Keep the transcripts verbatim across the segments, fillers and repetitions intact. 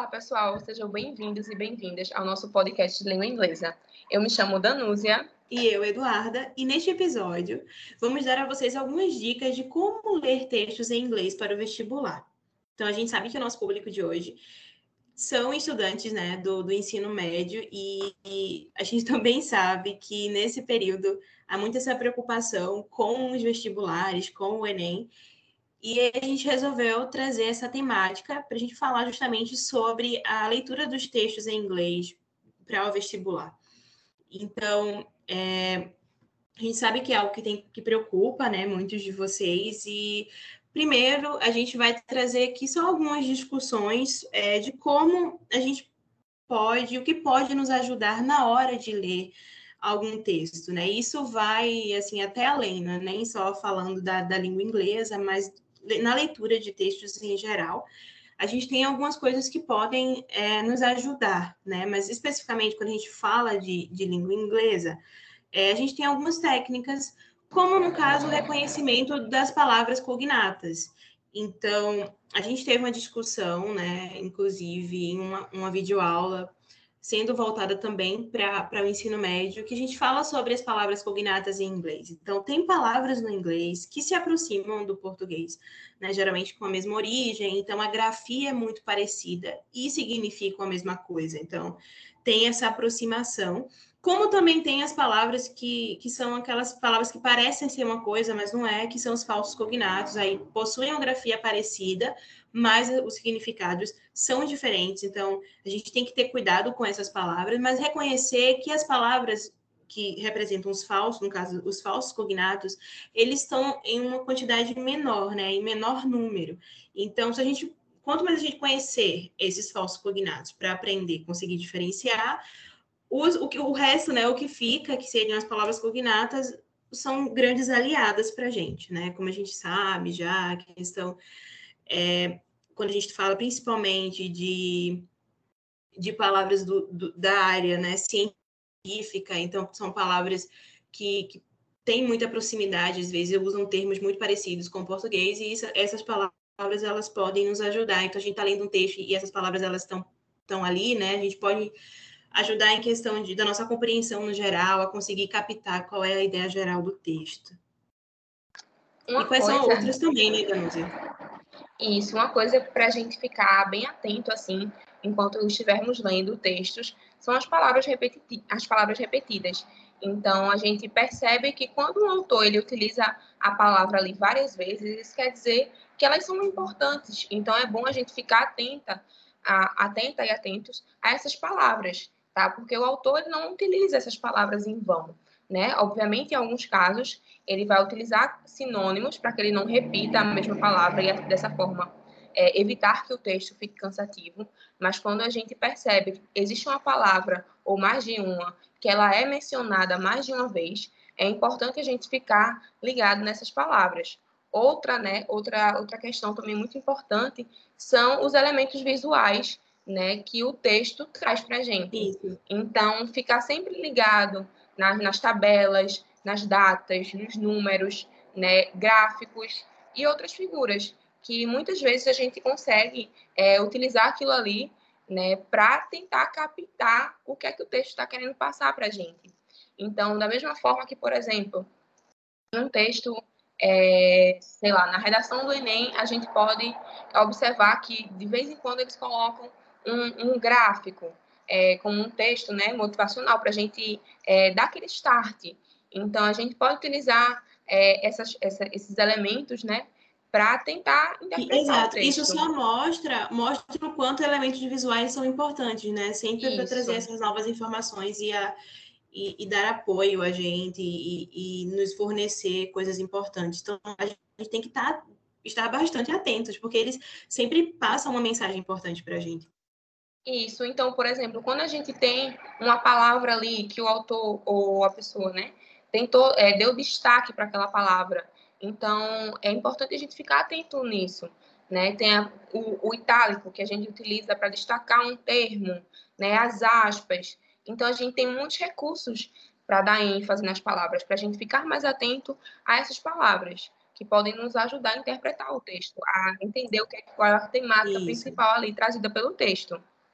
pessoal, sejam bem-vindos e bem-vindas ao nosso podcast de língua inglesa. Eu me chamo Danúzia. E eu, Eduarda, e neste episódio vamos dar a vocês algumas dicas de como ler textos em inglês para o vestibular. Então, a gente sabe que o nosso público de hoje são estudantes, né, do, do ensino médio e, e a gente também sabe que nesse período há muita essa preocupação com os vestibulares, com o Enem, e a gente resolveu trazer essa temática para a gente falar justamente sobre a leitura dos textos em inglês para o vestibular. Então, é, a gente sabe que é algo que, tem, que preocupa, né, muitos de vocês, e primeiro a gente vai trazer aqui só algumas discussões é, de como a gente pode, o que pode nos ajudar na hora de ler algum texto, né? Isso vai, assim, até além, né? Nem só falando da, da língua inglesa, mas na leitura de textos em geral, a gente tem algumas coisas que podem é, nos ajudar, né? Mas especificamente quando a gente fala de, de língua inglesa, é, a gente tem algumas técnicas, como no caso o reconhecimento das palavras cognatas. Então, a gente teve uma discussão, né? Inclusive em uma, uma videoaula sendo voltada também para o ensino médio, que a gente fala sobre as palavras cognatas em inglês. Então, tem palavras no inglês que se aproximam do português, né? Geralmente com a mesma origem, então a grafia é muito parecida e significam a mesma coisa. Então, tem essa aproximação. Como também tem as palavras que, que são aquelas palavras que parecem ser uma coisa, mas não é, que são os falsos cognatos, aí possuem uma grafia parecida, mas os significados são diferentes. Então, a gente tem que ter cuidado com essas palavras, mas reconhecer que as palavras que representam os falsos, no caso, os falsos cognatos, eles estão em uma quantidade menor, né, em menor número. Então, se a gente, quanto mais a gente conhecer esses falsos cognatos para aprender, conseguir diferenciar, os, o, que, o resto, né, o que fica, que seriam as palavras cognatas, são grandes aliadas para a gente, né? Como a gente sabe já, a questão é, quando a gente fala principalmente de, de palavras do, do, da área, né, científica, então são palavras que, que têm muita proximidade, às vezes usam termos muito parecidos com o português, e isso, essas palavras elas podem nos ajudar. Então a gente está lendo um texto e essas palavras elas estão estão ali, né? A gente pode ajudar em questão de, da nossa compreensão no geral, a conseguir captar qual é a ideia geral do texto. Uma e quais coisa... são outras também, né, Danúzia? Isso, uma coisa para a gente ficar bem atento, assim, enquanto estivermos lendo textos, são as palavras, repeti as palavras repetidas. Então, a gente percebe que quando um autor ele utiliza a palavra ali várias vezes, isso quer dizer que elas são importantes. Então, é bom a gente ficar atenta, a, atenta e atentos a essas palavras, tá? Porque o autor ele não utiliza essas palavras em vão, né? Obviamente, em alguns casos, ele vai utilizar sinônimos para que ele não repita a mesma palavra e, dessa forma, é, evitar que o texto fique cansativo. Mas quando a gente percebe que existe uma palavra, ou mais de uma, que ela é mencionada mais de uma vez, é importante a gente ficar ligado nessas palavras. Outra, né, outra, outra questão também muito importante são os elementos visuais, né, que o texto traz para a gente. Isso. Então, ficar sempre ligado nas, nas tabelas, nas datas, nos números, né, gráficos e outras figuras, que muitas vezes a gente consegue é, utilizar aquilo ali, né, para tentar captar o que é que o texto está querendo passar para a gente. Então, da mesma forma que, por exemplo, um texto, é, sei lá, na redação do Enem, a gente pode observar que, de vez em quando, eles colocam um, um gráfico, é, como um texto, né, motivacional, para a gente é, dar aquele start. Então, a gente pode utilizar é, essas, essa, esses elementos, né, para tentar interpretar Exato. o texto. Isso só mostra, mostra o quanto elementos visuais são importantes, né? Sempre para trazer essas novas informações e, a, e, e dar apoio a gente e, e nos fornecer coisas importantes. Então, a gente tem que tá, estar bastante atentos, porque eles sempre passam uma mensagem importante para a gente. Isso. Então, por exemplo, quando a gente tem uma palavra ali que o autor ou a pessoa, né, tentou, é, deu destaque para aquela palavra, então é importante a gente ficar atento nisso, né? Tem a, o, o itálico que a gente utiliza para destacar um termo, né? As aspas. Então a gente tem muitos recursos para dar ênfase nas palavras, para a gente ficar mais atento a essas palavras que podem nos ajudar a interpretar o texto, a entender o que é, qual é a temática Isso. principal ali trazida pelo texto.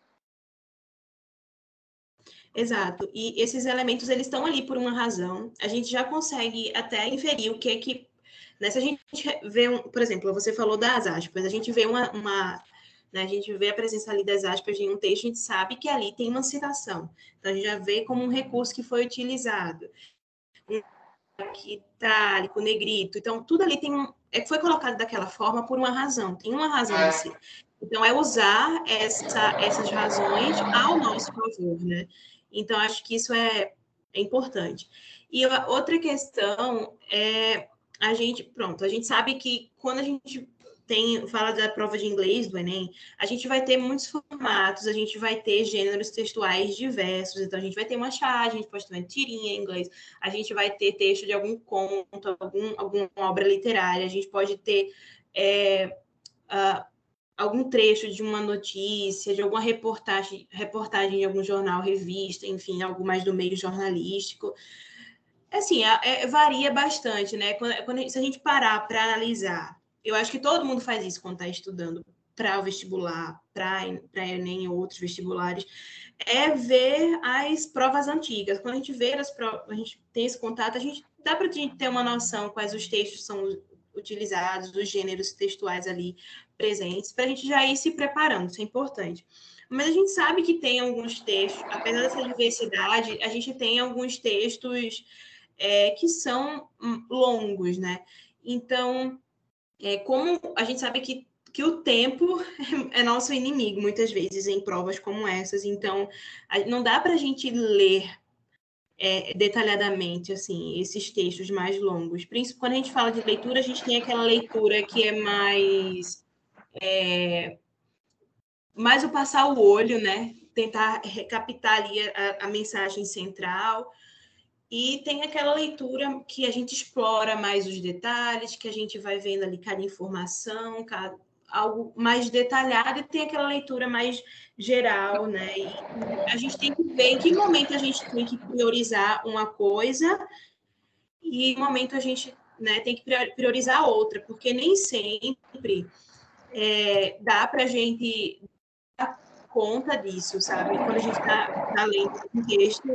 Exato. E esses elementos, eles estão ali por uma razão. A gente já consegue até inferir o que é que... Né, se a gente vê, um, por exemplo, você falou das aspas, a gente vê uma... uma né, a gente vê a presença ali das aspas em um texto, a gente sabe que ali tem uma citação. Então, a gente já vê como um recurso que foi utilizado. Um itálico, negrito. Então, tudo ali tem um, é, foi colocado daquela forma por uma razão. Tem uma razão de ser. Então, é usar essa, essas razões ao nosso favor, né? Então, acho que isso é, é importante. E a outra questão é a gente, pronto, a gente sabe que quando a gente tem, fala da prova de inglês do Enem, a gente vai ter muitos formatos, a gente vai ter gêneros textuais diversos, então a gente vai ter uma charge, a gente pode ter uma tirinha em inglês, a gente vai ter texto de algum conto, algum, alguma obra literária, a gente pode ter é, uh, algum trecho de uma notícia, de alguma reportagem, reportagem de algum jornal, revista, enfim, algo mais do meio jornalístico. Assim, é, é, varia bastante, né? Quando, quando, se a gente parar para analisar, eu acho que todo mundo faz isso quando está estudando para o vestibular, para Enem ou outros vestibulares, é ver as provas antigas. Quando a gente vê as provas, a gente tem esse contato, a gente dá para a gente ter uma noção quais os textos são utilizados, os gêneros textuais ali presentes, para a gente já ir se preparando, isso é importante. Mas a gente sabe que tem alguns textos, apesar dessa diversidade, a gente tem alguns textos é, que são longos, né? Então, é, como a gente sabe que, que o tempo é nosso inimigo, muitas vezes, em provas como essas, então, a, não dá para a gente ler é, detalhadamente, assim, esses textos mais longos. Principalmente quando a gente fala de leitura, a gente tem aquela leitura que é mais... É, mais o passar o olho, né? Tentar recaptar ali a, a mensagem central. E tem aquela leitura que a gente explora mais os detalhes, que a gente vai vendo ali cada informação, cada, algo mais detalhado, e tem aquela leitura mais geral, né? E a gente tem que ver em que momento a gente tem que priorizar uma coisa e em que momento a gente, né, tem que priorizar outra, porque nem sempre é, dá para a gente dar conta disso, sabe? Quando a gente está tá lendo um texto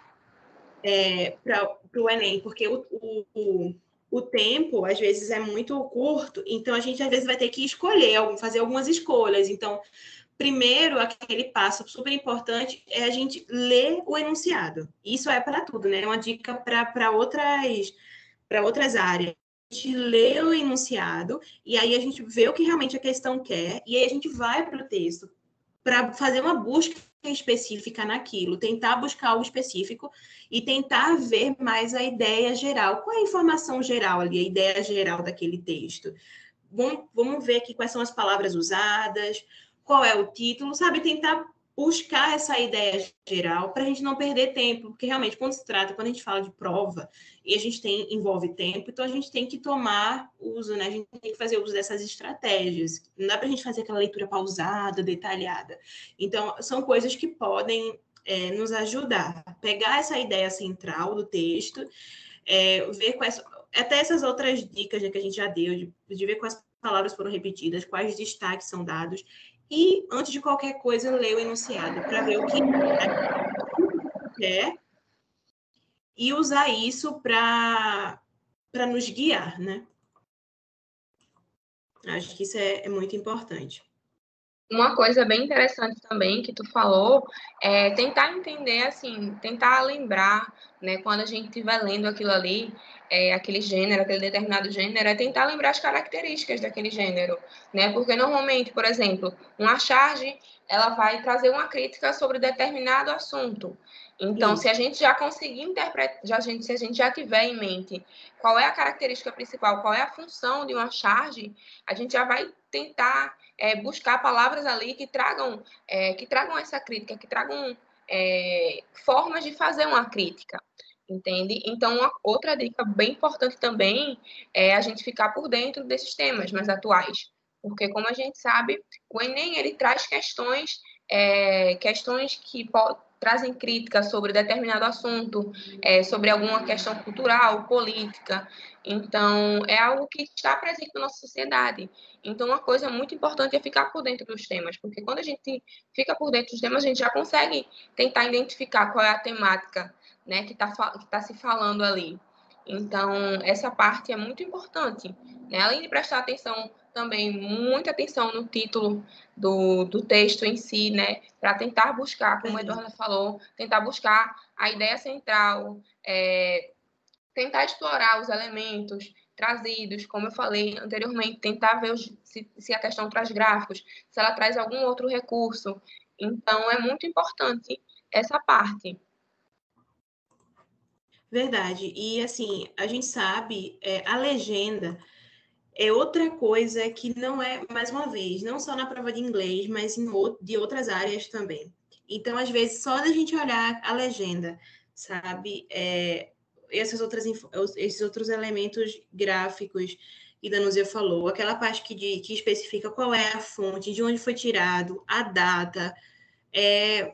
é, para o Enem, porque o, o, o tempo, às vezes, é muito curto, então a gente, às vezes, vai ter que escolher, fazer algumas escolhas. Então, primeiro, aquele passo super importante é a gente ler o enunciado. Isso é para tudo, né? É uma dica para outras, para outras áreas. A gente lê o enunciado e aí a gente vê o que realmente a questão quer e aí a gente vai para o texto para fazer uma busca específica naquilo, tentar buscar algo específico e tentar ver mais a ideia geral. Qual é a informação geral ali, a ideia geral daquele texto? Vamos, vamos ver aqui quais são as palavras usadas, qual é o título, sabe? Tentar buscar essa ideia geral para a gente não perder tempo, porque realmente quando se trata, quando a gente fala de prova e a gente tem envolve tempo, então a gente tem que tomar uso, né? A gente tem que fazer uso dessas estratégias. Não dá para a gente fazer aquela leitura pausada, detalhada. Então são coisas que podem é, nos ajudar a pegar essa ideia central do texto, é, ver quais até essas outras dicas, né, que a gente já deu, de, de ver quais palavras foram repetidas, quais destaques são dados, e, antes de qualquer coisa, ler o enunciado, para ver o que quer e usar isso para nos guiar, né? Acho que isso é, é muito importante. Uma coisa bem interessante também que tu falou é tentar entender, assim, tentar lembrar, né, quando a gente estiver lendo aquilo ali, é, aquele gênero, aquele determinado gênero, é tentar lembrar as características daquele gênero, né, porque normalmente, por exemplo, uma charge, ela vai trazer uma crítica sobre determinado assunto. Então, Isso. se a gente já conseguir interpretar, já, gente, se a gente já tiver em mente qual é a característica principal, qual é a função de uma charge, a gente já vai tentar é, buscar palavras ali que tragam, é, que tragam essa crítica, que tragam é, formas de fazer uma crítica, entende? Então, uma outra dica bem importante também é a gente ficar por dentro desses temas mais atuais, porque, como a gente sabe, o Enem, ele traz questões, é, questões que po trazem críticas sobre determinado assunto, é, sobre alguma questão cultural, política. Então, é algo que está presente na nossa sociedade. Então, uma coisa muito importante é ficar por dentro dos temas, porque quando a gente fica por dentro dos temas, a gente já consegue tentar identificar qual é a temática, né, que está que tá se falando ali. Então, essa parte é muito importante, né? Além de prestar atenção também, muita atenção no título do, do texto em si, né? Para tentar buscar, como a Eduarda falou, tentar buscar a ideia central, é, tentar explorar os elementos trazidos, como eu falei anteriormente, tentar ver os, se, se a questão traz gráficos, se ela traz algum outro recurso. Então, é muito importante essa parte. Verdade. E, assim, a gente sabe, é, a legenda é outra coisa que não é, mais uma vez, não só na prova de inglês, mas em, de outras áreas também. Então, às vezes, só da gente olhar a legenda, sabe? É, essas outras, esses outros elementos gráficos que Danúzia falou, aquela parte que, de, que especifica qual é a fonte, de onde foi tirado, a data, é,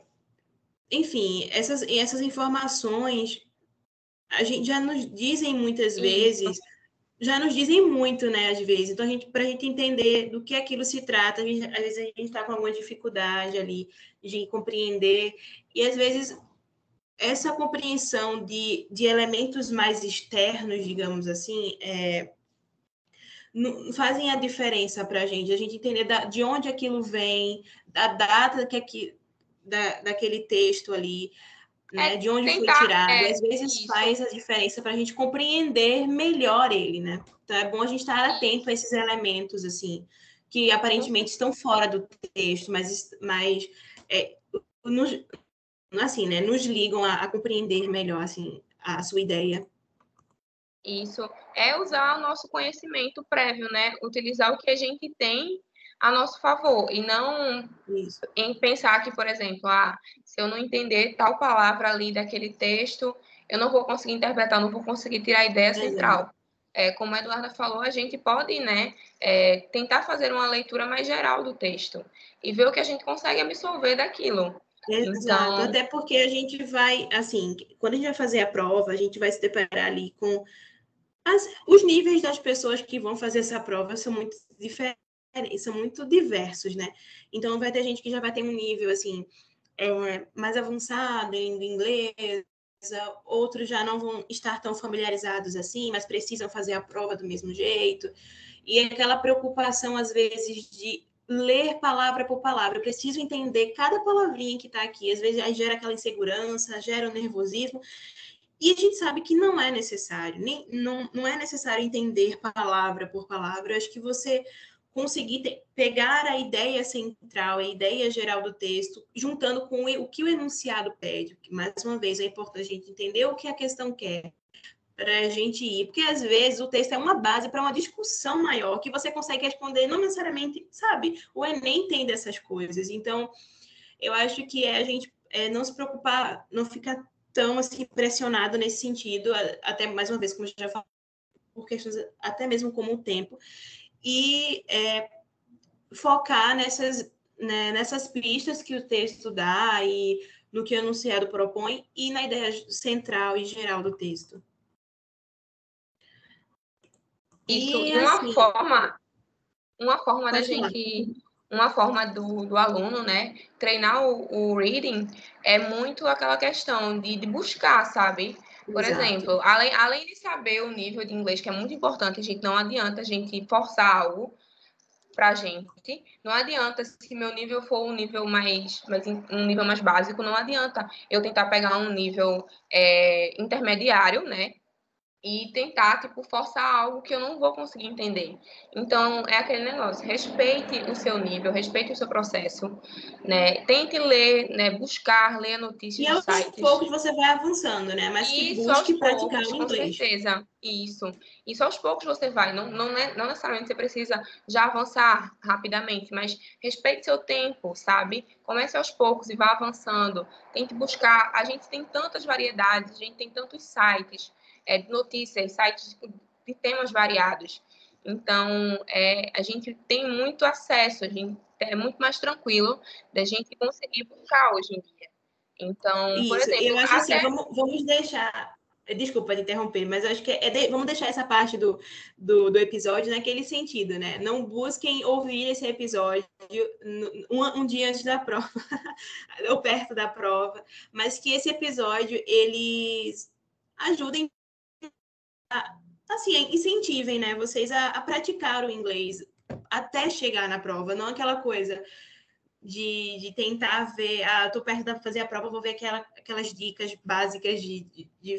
enfim, essas, essas informações a gente já nos dizem muitas vezes, Isso. já nos dizem muito, né, às vezes. Então, a gente, para a gente entender do que aquilo se trata, gente, às vezes a gente está com alguma dificuldade ali de compreender, e às vezes essa compreensão de, de elementos mais externos, digamos assim, é, não, fazem a diferença para a gente, a gente entender da, de onde aquilo vem, da data que aqui, da, daquele texto ali, né? É De onde foi tentar, tirado. é, Às vezes isso, faz a diferença para a gente compreender melhor ele, né? Então é bom a gente estar atento a esses elementos, assim, que aparentemente estão fora do texto, mas, mas é, nos, assim, né? Nos ligam a, a compreender melhor, assim, a sua ideia. isso. É usar o nosso conhecimento prévio, né? Utilizar o que a gente tem a nosso favor e não Isso. em pensar que, por exemplo, ah, se eu não entender tal palavra ali daquele texto, eu não vou conseguir interpretar, não vou conseguir tirar a ideia central. É, como a Eduarda falou, a gente pode, né, é, tentar fazer uma leitura mais geral do texto e ver o que a gente consegue absorver daquilo. Exato, Então, até porque a gente vai, assim, quando a gente vai fazer a prova, a gente vai se deparar ali com as, os níveis das pessoas que vão fazer essa prova são muito diferentes, são muito diversos, né? Então vai ter gente que já vai ter um nível assim é, mais avançado em inglês, outros já não vão estar tão familiarizados assim, mas precisam fazer a prova do mesmo jeito. E aquela preocupação, às vezes, de ler palavra por palavra. Eu preciso entender cada palavrinha que está aqui. Às vezes aí gera aquela insegurança, gera o nervosismo. E a gente sabe que não é necessário, nem, não, não é necessário entender palavra por palavra. Eu acho que você conseguir te, pegar a ideia central, a ideia geral do texto, juntando com o, o que o enunciado pede. Que, mais uma vez, é importante a gente entender o que a questão quer para a gente ir, porque às vezes o texto é uma base para uma discussão maior que você consegue responder, não necessariamente, sabe? O Enem tem dessas coisas. Então, eu acho que é a gente é, não se preocupar, não ficar tão assim pressionado nesse sentido, até mais uma vez, como eu já falei, por questões até mesmo como o tempo, e é, focar nessas, né, nessas pistas que o texto dá e no que o enunciado propõe e na ideia central e geral do texto. isso, E e uma assim, forma, uma forma da pode falar. gente, uma forma do, do aluno, né, treinar o, o reading é muito aquela questão de, de buscar, sabe? Por Exato. exemplo, além, além de saber o nível de inglês, que é muito importante, a gente não adianta a gente forçar algo para a gente. Não adianta, se meu nível for um nível mais, mais um nível mais básico, não adianta eu tentar pegar um nível é, intermediário, né? E tentar, tipo, forçar algo que eu não vou conseguir entender. Então, é aquele negócio, respeite o seu nível, respeite o seu processo, né? Tente ler, né? Buscar, ler E notícias de aos sites. poucos você vai avançando, né? Mas que Isso aos busque praticar poucos, o com inglês. certeza. Isso. Isso aos poucos você vai. Não, não, não necessariamente você precisa já avançar rapidamente, mas respeite seu tempo, sabe? Comece aos poucos e vá avançando. Tente buscar. A gente tem tantas variedades, a gente tem tantos sites é, de notícias, sites de temas variados. Então, é, a gente tem muito acesso, a gente é muito mais tranquilo da gente conseguir buscar hoje em dia. Então, por Isso, exemplo, eu acho assim, até... vamos, vamos deixar. Desculpa te interromper, mas eu acho que é de, vamos deixar essa parte do, do, do episódio naquele sentido, né? Não busquem ouvir esse episódio um, um dia antes da prova, ou perto da prova, mas que esse episódio, eles ajudem, a, assim, incentivem, né, vocês a, a praticar o inglês até chegar na prova, não aquela coisa de, de tentar ver, ah, tô perto de fazer a prova, vou ver aquela, aquelas dicas básicas de, de, de,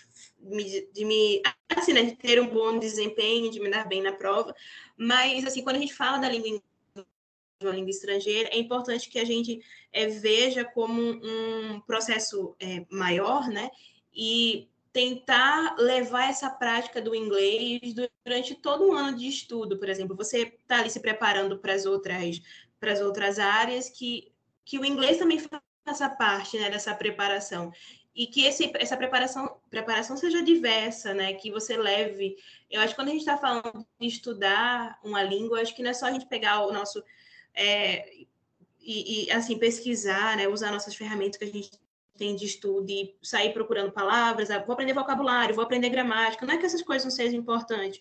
de, de me, assim, né, de ter um bom desempenho, de me dar bem na prova, mas, assim, quando a gente fala da língua uma língua estrangeira, é importante que a gente é, veja como um processo é, maior, né? E tentar levar essa prática do inglês durante todo um ano de estudo, por exemplo. Você está ali se preparando para as outras, para as outras áreas, que, que o inglês também faça parte, né, dessa preparação. E que esse, essa preparação, preparação seja diversa, né? Que você leve. Eu acho que quando a gente está falando de estudar uma língua, acho que não é só a gente pegar o nosso é, e, e, assim, pesquisar, né, usar nossas ferramentas que a gente tem de estudo e sair procurando palavras, vou aprender vocabulário, vou aprender gramática, não é que essas coisas não sejam importantes,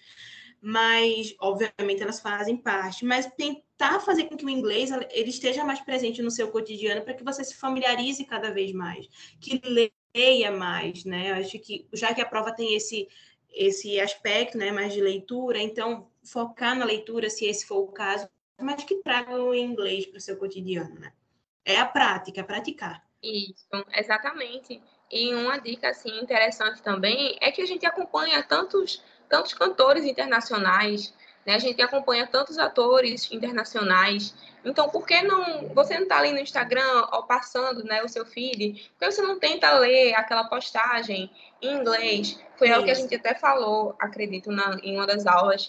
mas, obviamente, elas fazem parte, mas tentar fazer com que o inglês ele esteja mais presente no seu cotidiano para que você se familiarize cada vez mais, que leia mais, né, eu acho que, já que a prova tem esse, esse aspecto, né, mais de leitura, então, focar na leitura, se esse for o caso, mas que traga o inglês para o seu cotidiano, né? É a prática, é praticar. Isso, exatamente. E uma dica assim interessante também é que a gente acompanha tantos tantos cantores internacionais, né? A gente acompanha tantos atores internacionais. Então, por que não você não está ali no Instagram ou passando, né, o seu feed? Por que você não tenta ler aquela postagem em inglês? Foi algo que a Isso. gente até falou, acredito, na, em uma das aulas.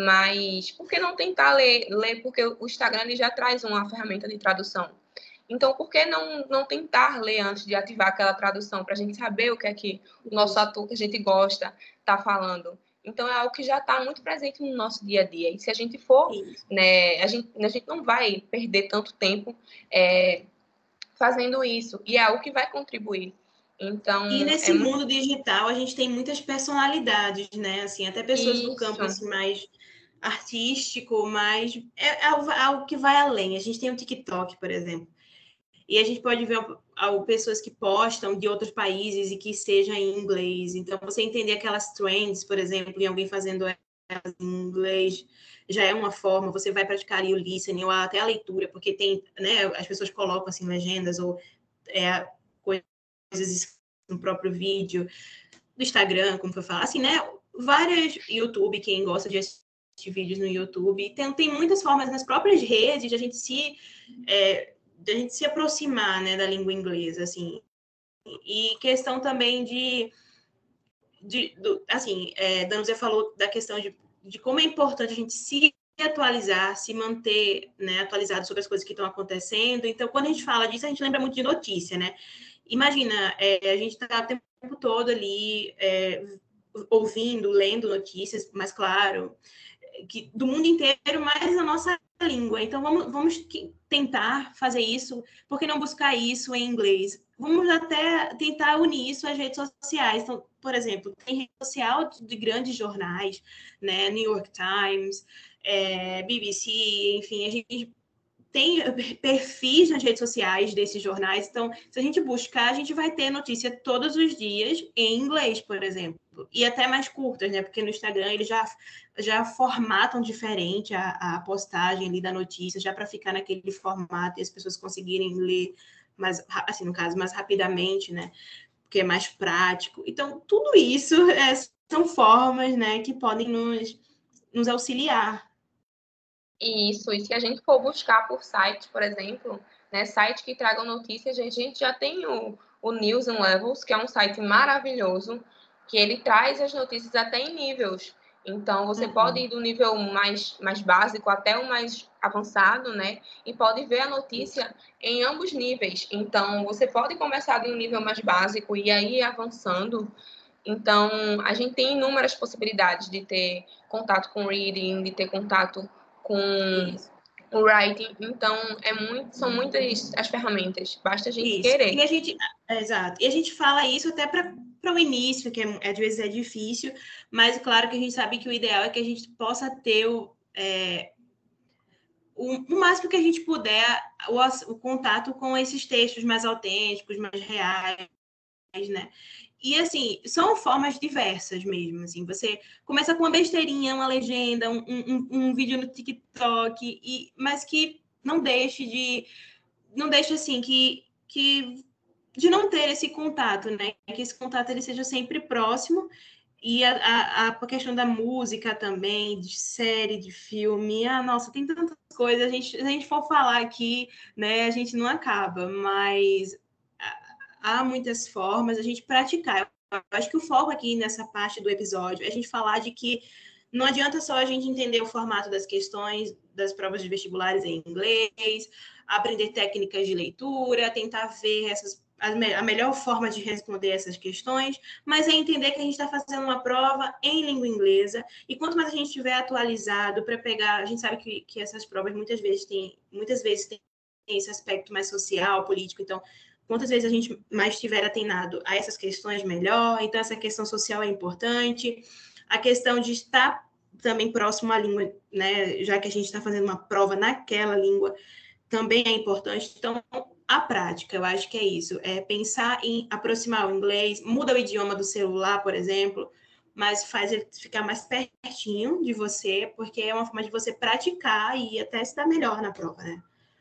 Mas por que não tentar ler? Ler porque o Instagram ele já traz uma ferramenta de tradução. Então, por que não, não tentar ler antes de ativar aquela tradução, para a gente saber o que é que o nosso ator que a gente gosta está falando? Então, é algo que já está muito presente no nosso dia a dia. E se a gente for, né, a gente, a gente não vai perder tanto tempo é, fazendo isso. E é algo que vai contribuir. Então, e nesse é muito... mundo digital, a gente tem muitas personalidades, né? Assim, até pessoas do campo Isso. assim, mais artístico, mais... É algo, algo que vai além. A gente tem o TikTok, por exemplo. E a gente pode ver pessoas que postam de outros países e que seja em inglês. Então, você entender aquelas trends, por exemplo, em alguém fazendo elas em inglês, já é uma forma. Você vai praticar ali o listening ou até a leitura, porque tem, né, as pessoas colocam assim legendas ou é, coisas no próprio vídeo, do Instagram, como foi falar, assim, né? Várias YouTube, quem gosta de assistir vídeos no YouTube, tem, tem muitas formas nas próprias redes de a gente se... É, de a gente se aproximar, né, da língua inglesa, assim. E questão também de, de do, assim, é, Danuzia falou da questão de, de como é importante a gente se atualizar, se manter, né, atualizado sobre as coisas que estão acontecendo. Então, quando a gente fala disso, a gente lembra muito de notícia, né? Imagina, é, a gente está o tempo todo ali é, ouvindo, lendo notícias, mas claro, que, do mundo inteiro, mas a nossa língua. Então, vamos, vamos tentar fazer isso. Por que não buscar isso em inglês? Vamos até tentar unir isso às redes sociais. Então, por exemplo, tem rede social de grandes jornais, né? New York Times, é, B B C, enfim, a gente tem perfis nas redes sociais desses jornais. Então, se a gente buscar, a gente vai ter notícia todos os dias em inglês, por exemplo. E até mais curtas, né? Porque no Instagram eles já, já formatam diferente a, a postagem ali da notícia, já para ficar naquele formato e as pessoas conseguirem ler mais, assim, no caso, mais rapidamente, né? Porque é mais prático. Então, tudo isso é, são formas, né, que podem nos, nos auxiliar. Isso, e se a gente for buscar por sites, por exemplo, né, sites que tragam notícias, a gente já tem o, o News and Levels, que é um site maravilhoso, que ele traz as notícias até em níveis. Então, você uhum. pode ir do nível mais, mais básico até o mais avançado, né? E pode ver a notícia em ambos níveis. Então, você pode começar de um nível mais básico e aí ir avançando. Então, a gente tem inúmeras possibilidades de ter contato com reading, de ter contato com o writing. Então, é muito, são muitas as ferramentas, basta a gente Isso. querer. E a gente, exato. E a gente fala isso até para para o início, que é, às vezes é difícil, mas claro que a gente sabe que o ideal é que a gente possa ter o, é, o, o máximo que a gente puder o, o contato com esses textos mais autênticos, mais reais, né? E, assim, são formas diversas mesmo, assim. Você começa com uma besteirinha, uma legenda, um, um, um vídeo no TikTok, e, mas que não deixe de... Não deixe, assim, que... que de não ter esse contato, né? Que esse contato ele seja sempre próximo. E a, a, a questão da música também, de série, de filme, ah, nossa, tem tantas coisas. A gente, se a gente for falar aqui, né, a gente não acaba, mas há muitas formas a gente praticar. Eu acho que o foco aqui nessa parte do episódio é a gente falar de que não adianta só a gente entender o formato das questões das provas de vestibulares em inglês, aprender técnicas de leitura, tentar ver essas, a, a melhor forma de responder essas questões, mas é entender que a gente está fazendo uma prova em língua inglesa, e quanto mais a gente estiver atualizado para pegar, a gente sabe que, que essas provas muitas vezes têm, muitas vezes têm esse aspecto mais social, político, então quantas vezes a gente mais estiver atenado a essas questões, melhor. Então, essa questão social é importante. A questão de estar também próximo à língua, né? Já que a gente está fazendo uma prova naquela língua, também é importante. Então, a prática, eu acho que é isso. É pensar em aproximar o inglês, muda o idioma do celular, por exemplo, mas faz ele ficar mais pertinho de você, porque é uma forma de você praticar e até se dar melhor na prova, né?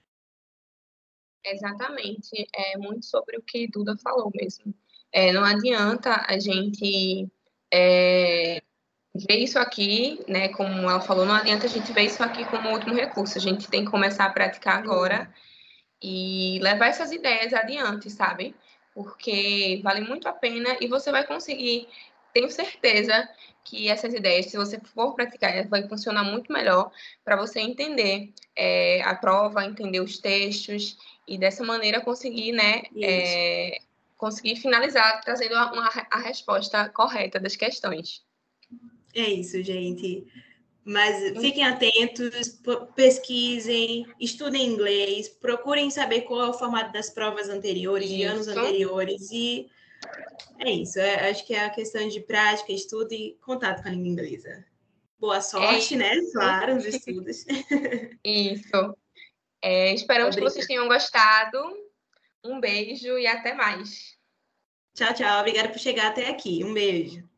Exatamente, é muito sobre o que Duda falou mesmo. É, não adianta a gente é, ver isso aqui, né? Como ela falou, não adianta a gente ver isso aqui como último recurso. A gente tem que começar a praticar agora e levar essas ideias adiante, sabe? Porque vale muito a pena e você vai conseguir. Tenho certeza que essas ideias, se você for praticar, vai funcionar muito melhor para você entender é, a prova, entender os textos e dessa maneira conseguir, né, é, conseguir finalizar trazendo a, uma, a resposta correta das questões. É isso, gente. Mas fiquem atentos, pesquisem, estudem inglês, procurem saber qual é o formato das provas anteriores, Isso. de anos anteriores, e é isso. É, acho que é a questão de prática, estudo e contato com a língua inglesa. Boa sorte, É né? Claro, nos estudos. Isso. É, esperamos Obrigada. que vocês tenham gostado. Um beijo e até mais. Tchau, tchau. Obrigada por chegar até aqui. Um beijo.